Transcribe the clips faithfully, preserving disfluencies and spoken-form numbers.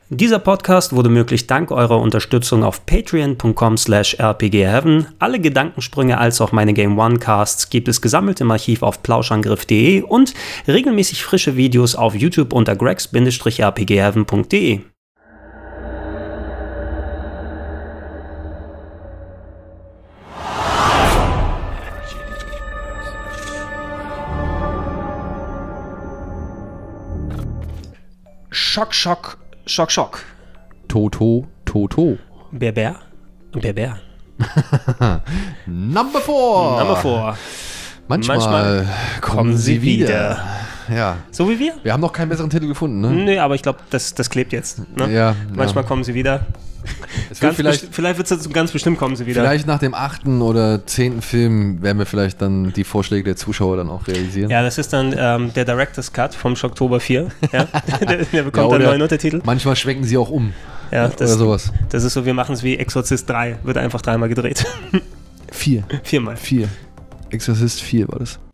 Dieser Podcast wurde möglich dank eurer Unterstützung auf patreon.com slash rpgheaven. Alle Gedankensprünge als auch meine Game One Casts gibt es gesammelt im Archiv auf plauschangriff punkt de und regelmäßig frische Videos auf YouTube unter gregs r p g heaven punkt de. Schock, Schock, Schock, Schock. Toto, Toto. Bär, Bär. Bär, Bär. Number four. Number four. Manchmal, Manchmal kommen, kommen sie sie wieder. wieder. Ja. So wie wir? Wir haben noch keinen besseren Titel gefunden, ne? Nee, aber ich glaube, das, das klebt jetzt. Ne? Ja. Manchmal ja. kommen sie wieder. Es wird Ganz vielleicht, besti- vielleicht wird es ganz bestimmt kommen sie wieder. vielleicht nach dem achten oder zehnten Film werden wir vielleicht dann die Vorschläge der Zuschauer dann auch realisieren. Ja, das ist dann ähm, der Director's Cut vom Schocktober vier. Ja? der, der bekommt Ja, dann oder einen neuen Untertitel. Manchmal schwenken sie auch um. Ja, oder das, sowas. das ist so, wir machen es wie Exorzist drei. Wird einfach dreimal gedreht. Vier. Viermal. Vier. Exorcist vier war das.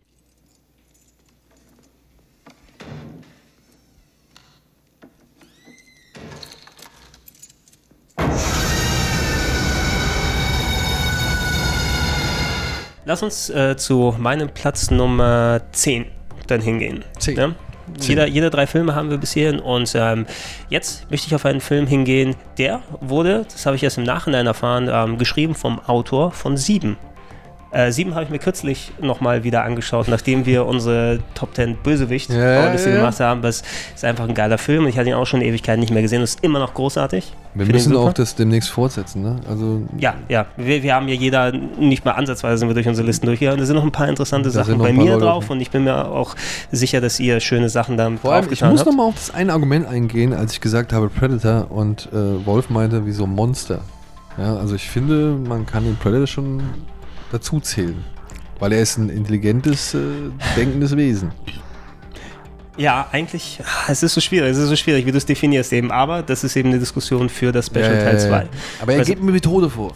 Lass uns äh, zu meinem Platz Nummer zehn dann hingehen. zehn. Ja? Jeder, jeder drei Filme haben wir bis hierhin und ähm, jetzt möchte ich auf einen Film hingehen, der wurde, das habe ich erst im Nachhinein erfahren, ähm, geschrieben vom Autor von Sieben. Äh, Sieben habe ich mir kürzlich nochmal wieder angeschaut, nachdem wir unsere Top zehn Bösewicht Ja, Liste ja, ja. gemacht haben. Das ist einfach ein geiler Film und ich hatte ihn auch schon Ewigkeiten nicht mehr gesehen. Das ist immer noch großartig. Wir Finde ihn müssen super. auch das demnächst fortsetzen, ne? Also Ja, ja. Wir, wir haben ja jeder, nicht mal ansatzweise sind wir durch unsere Listen durchgegangen. Da sind noch ein paar interessante Da Sachen sind noch bei ein paar mir Leute drauf drauf. und ich bin mir auch sicher, dass ihr schöne Sachen da vor allem, ich draufgetan muss habt. nochmal auf das eine Argument eingehen, als ich gesagt habe Predator und äh, Wolf meinte, wie so ein Monster. Ja, also ich finde, man kann den Predator schon dazu zählen. Weil er ist ein intelligentes, äh, denkendes Wesen. Ja, eigentlich, ah, es ist so schwierig, es ist so schwierig, wie du es definierst eben, aber das ist eben eine Diskussion für das Special Ja, Teil ja, ja. zwei. Aber er Also- gibt mir Methode vor.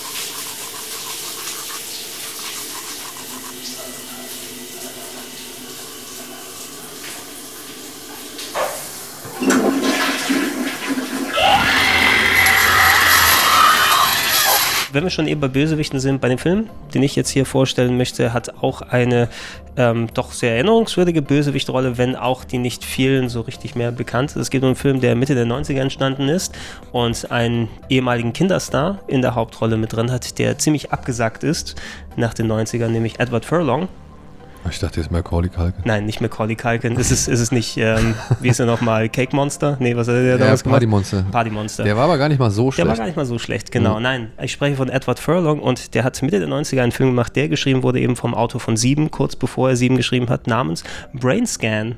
Wenn wir schon eben bei Bösewichten sind, bei dem Film, den ich jetzt hier vorstellen möchte, hat auch eine ähm, doch sehr erinnerungswürdige Bösewichtrolle, wenn auch die nicht vielen so richtig mehr bekannt ist. Es geht um einen Film, der Mitte der neunziger entstanden ist und einen ehemaligen Kinderstar in der Hauptrolle mit drin hat, der ziemlich abgesackt ist nach den neunzigern, nämlich Edward Furlong. Ich dachte jetzt Macaulay Culkin. Nein, nicht Macaulay Culkin. Es ist, es ist nicht, ähm, wie ist er nochmal, Cake Monster? Nee, was hat er Ja, damals gemacht? Party Monster. Party Monster. Der war aber gar nicht mal so Der war schlecht. gar nicht mal so schlecht, genau. Mhm. Nein, ich spreche von Edward Furlong und der hat Mitte der neunziger einen Film gemacht, der geschrieben wurde eben vom Autor von Sieben, kurz bevor er Sieben geschrieben hat, namens Brainscan.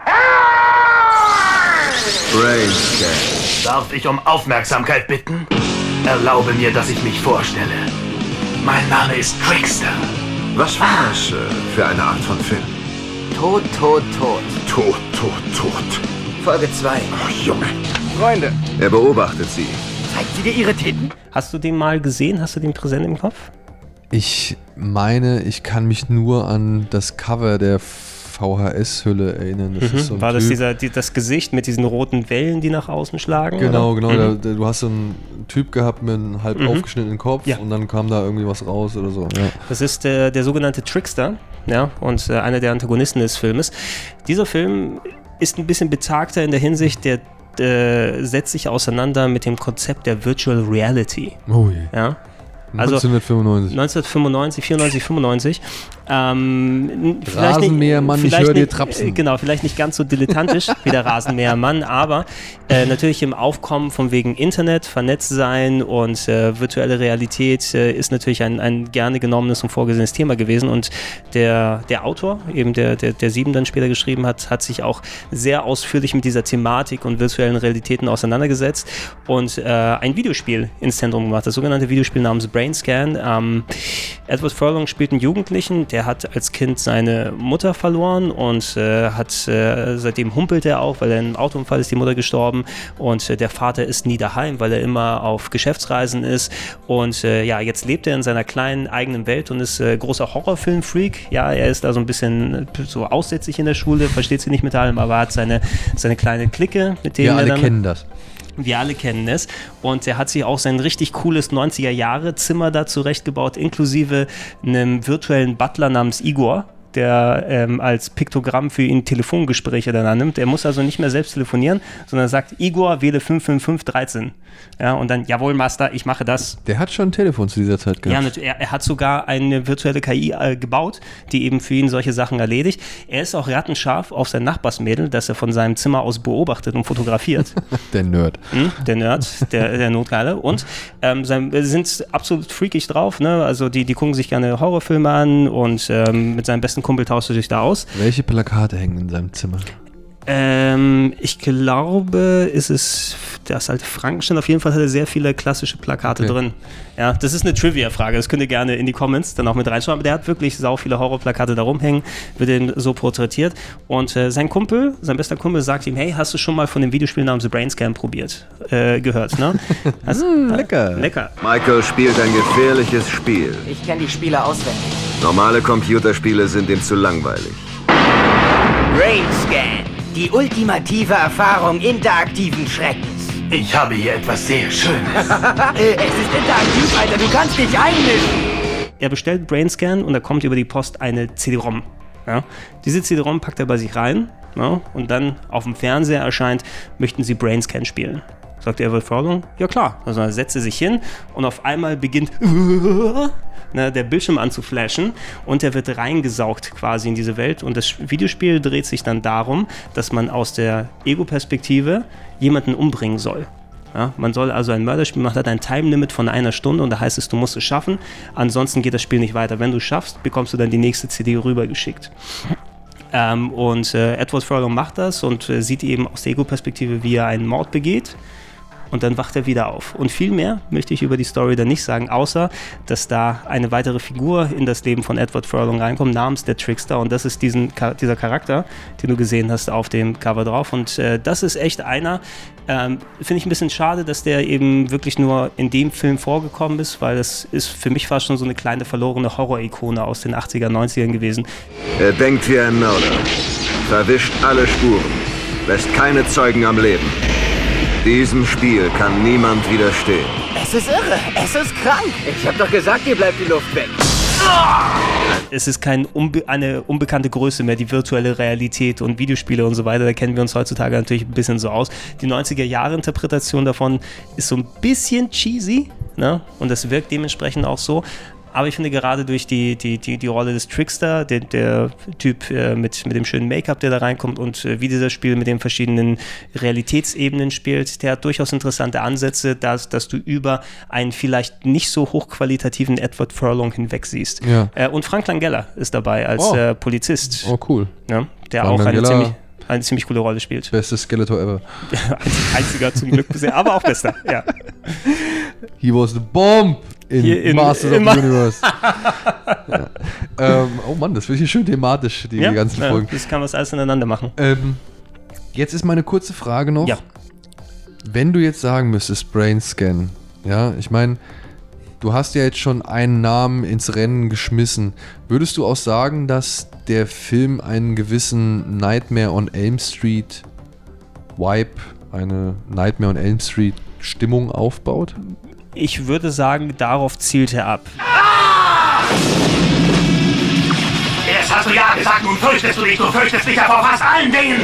Brainscan. Darf ich um Aufmerksamkeit bitten? Erlaube mir, dass ich mich vorstelle. Mein Name ist Trickster. Was war das äh, für eine Art von Film? Tod, Tod, Tod. Tot, tot, tot. Folge zwei. Ach, Junge. Freunde, Er beobachtet sie. zeigt sie dir ihre Titten? Hast du den mal gesehen? Hast du den präsent im Kopf? Ich meine, ich kann mich nur an das Cover der V H S-Hülle erinnern. Das ist so ein War das typ. dieser, die, das Gesicht mit diesen roten Wellen, die nach außen schlagen? Genau, oder? genau. Mhm. Da, da, du hast so einen Typ gehabt mit einem halb Mhm. aufgeschnittenen Kopf Ja. und dann kam da irgendwie was raus oder so. Ja. Das ist äh, der sogenannte Trickster, ja, und äh, einer der Antagonisten des Filmes. Dieser Film ist ein bisschen betagter in der Hinsicht, der äh, setzt sich auseinander mit dem Konzept der Virtual Reality. Oh je. Ja? Also neunzehnhundertfünfundneunzig. neunzehnhundertfünfundneunzig, vierundneunzig, fünfundneunzig. Ähm, vielleicht Rasenmähermann, nicht, ich vielleicht höre dir nicht- trapsen. äh, Genau, vielleicht nicht ganz so dilettantisch wie der Rasenmähermann, aber äh, natürlich im Aufkommen von wegen Internet, Vernetztsein und äh, virtuelle Realität äh, ist natürlich ein, ein gerne genommenes und vorgesehenes Thema gewesen und der, der Autor, eben der, der, der Sieben dann später geschrieben hat, hat sich auch sehr ausführlich mit dieser Thematik und virtuellen Realitäten auseinandergesetzt und äh, ein Videospiel ins Zentrum gemacht, das sogenannte Videospiel namens Brainscan. Ähm, Edward Furlong spielt einen Jugendlichen, der hat als Kind seine Mutter verloren und äh, hat äh, seitdem humpelt er auch, weil er in einem Autounfall ist die Mutter gestorben und äh, der Vater ist nie daheim, weil er immer auf Geschäftsreisen ist und äh, ja, jetzt lebt er in seiner kleinen eigenen Welt und ist äh, großer Horrorfilm-Freak. Ja, er ist da so ein bisschen so aussätzlich in der Schule, versteht sich nicht mit allem, aber hat seine, seine kleine Clique, mit denen Wir er alle dann... kennen das. Wir alle kennen es. Und er hat sich auch sein richtig cooles neunziger-Jahre-Zimmer da zurechtgebaut, inklusive einem virtuellen Butler namens Igor, der ähm, als Piktogramm für ihn Telefongespräche dann annimmt. Er muss also nicht mehr selbst telefonieren, sondern sagt, Igor, wähle fünf fünf fünf eins drei. Ja, und dann, jawohl, Master, ich mache das. Der hat schon ein Telefon zu dieser Zeit gehabt. Ja, er, er hat sogar eine virtuelle K I äh, gebaut, die eben für ihn solche Sachen erledigt. Er ist auch rattenscharf auf sein Nachbarsmädel, das er von seinem Zimmer aus beobachtet und fotografiert. Der Nerd. Hm, der Nerd, der, der Notgeile. Und ähm, sein, sind absolut freakig drauf. Ne? Also die, die gucken sich gerne Horrorfilme an und ähm, mit seinem besten Kumpel tauscht er sich da aus. Welche Plakate hängen in seinem Zimmer? Ähm, ich glaube, ist es das alte Frankenstein. Auf jeden Fall hat er sehr viele klassische Plakate okay. drin. Ja, das ist eine Trivia-Frage. Das könnt ihr gerne in die Comments dann auch mit reinschauen. Aber der hat wirklich sau viele Horrorplakate da rumhängen, wird eben so porträtiert. Und äh, sein Kumpel, sein bester Kumpel, sagt ihm: Hey, hast du schon mal von dem Videospiel namens The Brainscan probiert? Äh, gehört, ne? Also, mm, lecker. Lecker. Michael spielt ein gefährliches Spiel. Ich kenne die Spiele auswendig. Normale Computerspiele sind ihm zu langweilig. Brainscan. Die ultimative Erfahrung interaktiven Schreckens. Ich habe hier etwas sehr Schönes. Es ist interaktiv, Alter, du kannst dich einmischen. Er bestellt Brainscan und da kommt über die Post eine C D-ROM. Ja? Diese C D-ROM packt er bei sich rein, ja? Und dann auf dem Fernseher erscheint, möchten Sie Brainscan spielen. Sagt Edward Furlong, ja klar. Also er setzt sich hin und auf einmal beginnt ne, der Bildschirm an zu flashen und er wird reingesaugt quasi in diese Welt. Und das Videospiel dreht sich dann darum, dass man aus der Ego-Perspektive jemanden umbringen soll. Ja, man soll also ein Mörderspiel machen, hat ein Time-Limit von einer Stunde und da heißt es, du musst es schaffen, ansonsten geht das Spiel nicht weiter. Wenn du es schaffst, bekommst du dann die nächste C D rübergeschickt. Ähm, und äh, Edward Furlong macht das und äh, sieht eben aus der Ego-Perspektive, wie er einen Mord begeht. Und dann wacht er wieder auf. Und viel mehr möchte ich über die Story dann nicht sagen, außer, dass da eine weitere Figur in das Leben von Edward Furlong reinkommt, namens der Trickster. Und das ist diesen, dieser Charakter, den du gesehen hast auf dem Cover drauf. Und äh, das ist echt einer, ähm, finde ich ein bisschen schade, dass der eben wirklich nur in dem Film vorgekommen ist, weil das ist für mich fast schon so eine kleine verlorene Horror-Ikone aus den achtziger, neunzigern gewesen. Er denkt wie ein Mörder, verwischt alle Spuren, lässt keine Zeugen am Leben. Diesem Spiel kann niemand widerstehen. Es ist irre, es ist krank. Ich hab doch gesagt, dir bleibt die Luft weg. Es ist kein unbe- eine unbekannte Größe mehr, die virtuelle Realität und Videospiele und so weiter. Da kennen wir uns heutzutage natürlich ein bisschen so aus. Die neunziger-Jahre-Interpretation davon ist so ein bisschen cheesy, ne? Und das wirkt dementsprechend auch so. Aber ich finde gerade durch die, die, die, die Rolle des Trickster, der, der Typ äh, mit, mit dem schönen Make-up, der da reinkommt und äh, wie dieses Spiel mit den verschiedenen Realitätsebenen spielt, der hat durchaus interessante Ansätze, dass, dass du über einen vielleicht nicht so hochqualitativen Edward Furlong hinweg siehst. Ja. Äh, und Frank Langella ist dabei als oh. äh, Polizist. Oh, cool. Ja, der Frank auch eine Langella. ziemlich, eine ziemlich coole Rolle spielt. Bestes Skeletor ever. Einziger zum Glück bisher, aber auch bester, ja. He was the bomb in, in Masters in of the Universe. ja. ähm, oh Mann, das wird hier schön thematisch, die, ja, die ganzen ja, Folgen. Das kann man alles ineinander machen. Ähm, jetzt ist meine kurze Frage noch. Ja. Wenn du jetzt sagen müsstest, Brainscan, ja, ich meine, du hast ja jetzt schon einen Namen ins Rennen geschmissen. Würdest du auch sagen, dass der Film einen gewissen Nightmare on Elm Street Vibe, eine Nightmare on Elm Street Stimmung aufbaut? Ich würde sagen, darauf zielt er ab. Erst hast du ja gesagt, nun fürchtest du dich, du fürchtest dich ja vor fast allen Dingen.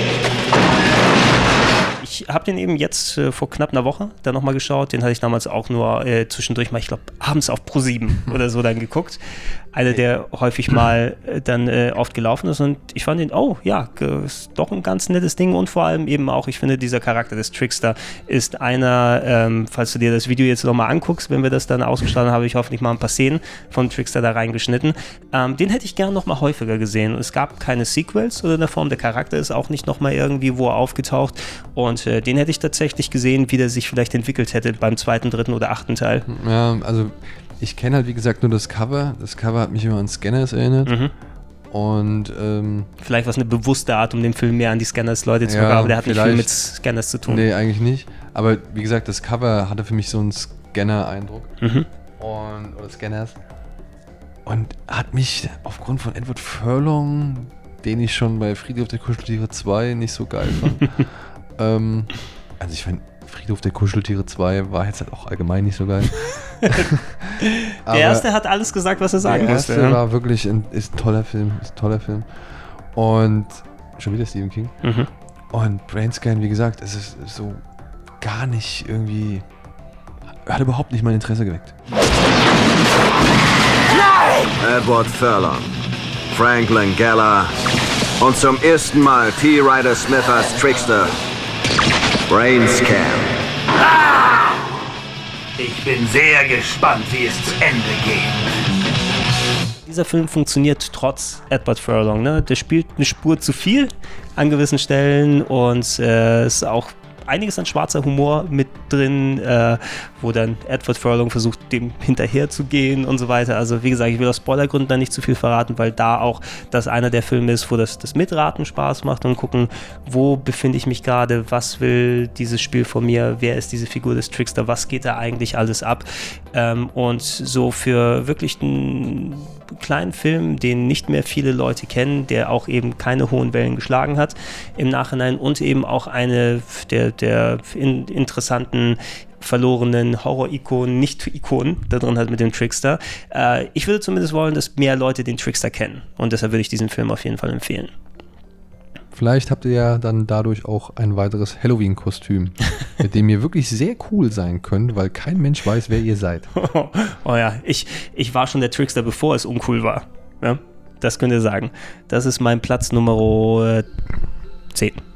Ich habe den eben jetzt äh, vor knapp einer Woche dann nochmal geschaut. Den hatte ich damals auch nur äh, zwischendurch mal, ich glaube, abends auf Pro sieben oder so dann geguckt. Einer, der häufig mal äh, dann äh, oft gelaufen ist. Und ich fand ihn, oh ja, g- ist doch ein ganz nettes Ding. Und vor allem eben auch, ich finde, dieser Charakter des Trickster ist einer, ähm, falls du dir das Video jetzt nochmal anguckst, wenn wir das dann ausgestrahlt haben, habe ich hoffentlich mal ein paar Szenen von Trickster da reingeschnitten. Ähm, den hätte ich gern nochmal häufiger gesehen. Es gab keine Sequels oder in der Form, der Charakter ist auch nicht nochmal irgendwie wo aufgetaucht. Und äh, den hätte ich tatsächlich gesehen, wie der sich vielleicht entwickelt hätte beim zweiten, dritten oder achten Teil. Ja, also ich kenne halt wie gesagt nur das Cover. Das Cover hat mich immer an Scanners erinnert. Mhm. Und ähm, Vielleicht war es eine bewusste Art, um den Film mehr an die Scanners-Leute zu Ja, machen, aber der hat nicht viel vielleicht. mit Scanners zu tun. nee, eigentlich nicht. Aber wie gesagt, das Cover hatte für mich so einen Scanner-Eindruck. Mhm. Und, oder Scanners. Und hat mich aufgrund von Edward Furlong, den ich schon bei Friedhof der Kuscheltiere zwei nicht so geil fand. ähm, also ich find, Friedhof der Kuscheltiere zwei war jetzt halt auch allgemein nicht so geil. Der erste hat alles gesagt, was er sagen der musste. Der erste ja. war wirklich ein, ist ein toller Film, ist ein toller Film. Und schon wieder Stephen King. Mhm. Und Brainscan, wie gesagt, es ist so gar nicht irgendwie, hat überhaupt nicht mein Interesse geweckt. Edward Furlong, Franklin Geller und zum ersten Mal T. Ryder Smith als Trickster, Brainscan. Ah! Ich bin sehr gespannt, wie es zu Ende geht. Dieser Film funktioniert trotz Edward Furlong. Ne? Der spielt eine Spur zu viel an gewissen Stellen und es äh, ist auch einiges an schwarzer Humor mit drin, äh, wo dann Edward Furlong versucht, dem hinterher zu gehen und so weiter. Also wie gesagt, ich will aus Spoilergründen da nicht zu viel verraten, weil da auch das einer der Filme ist, wo das, das Mitraten Spaß macht und gucken, wo befinde ich mich gerade, was will dieses Spiel von mir, wer ist diese Figur des Trickster, was geht da eigentlich alles ab. Ähm, und so für wirklich einen kleinen Film, den nicht mehr viele Leute kennen, der auch eben keine hohen Wellen geschlagen hat im Nachhinein und eben auch eine der, der in, interessanten verlorenen Horror-Ikonen, Nicht-Ikonen da drin hat mit dem Trickster. Äh, ich würde zumindest wollen, dass mehr Leute den Trickster kennen und deshalb würde ich diesen Film auf jeden Fall empfehlen. Vielleicht habt ihr ja dann dadurch auch ein weiteres Halloween-Kostüm, mit dem ihr wirklich sehr cool sein könnt, weil kein Mensch weiß, wer ihr seid. Oh, oh ja, ich, ich war schon der Trickster, bevor es uncool war. Ja, das könnt ihr sagen. Das ist mein Platz Nummer zehn.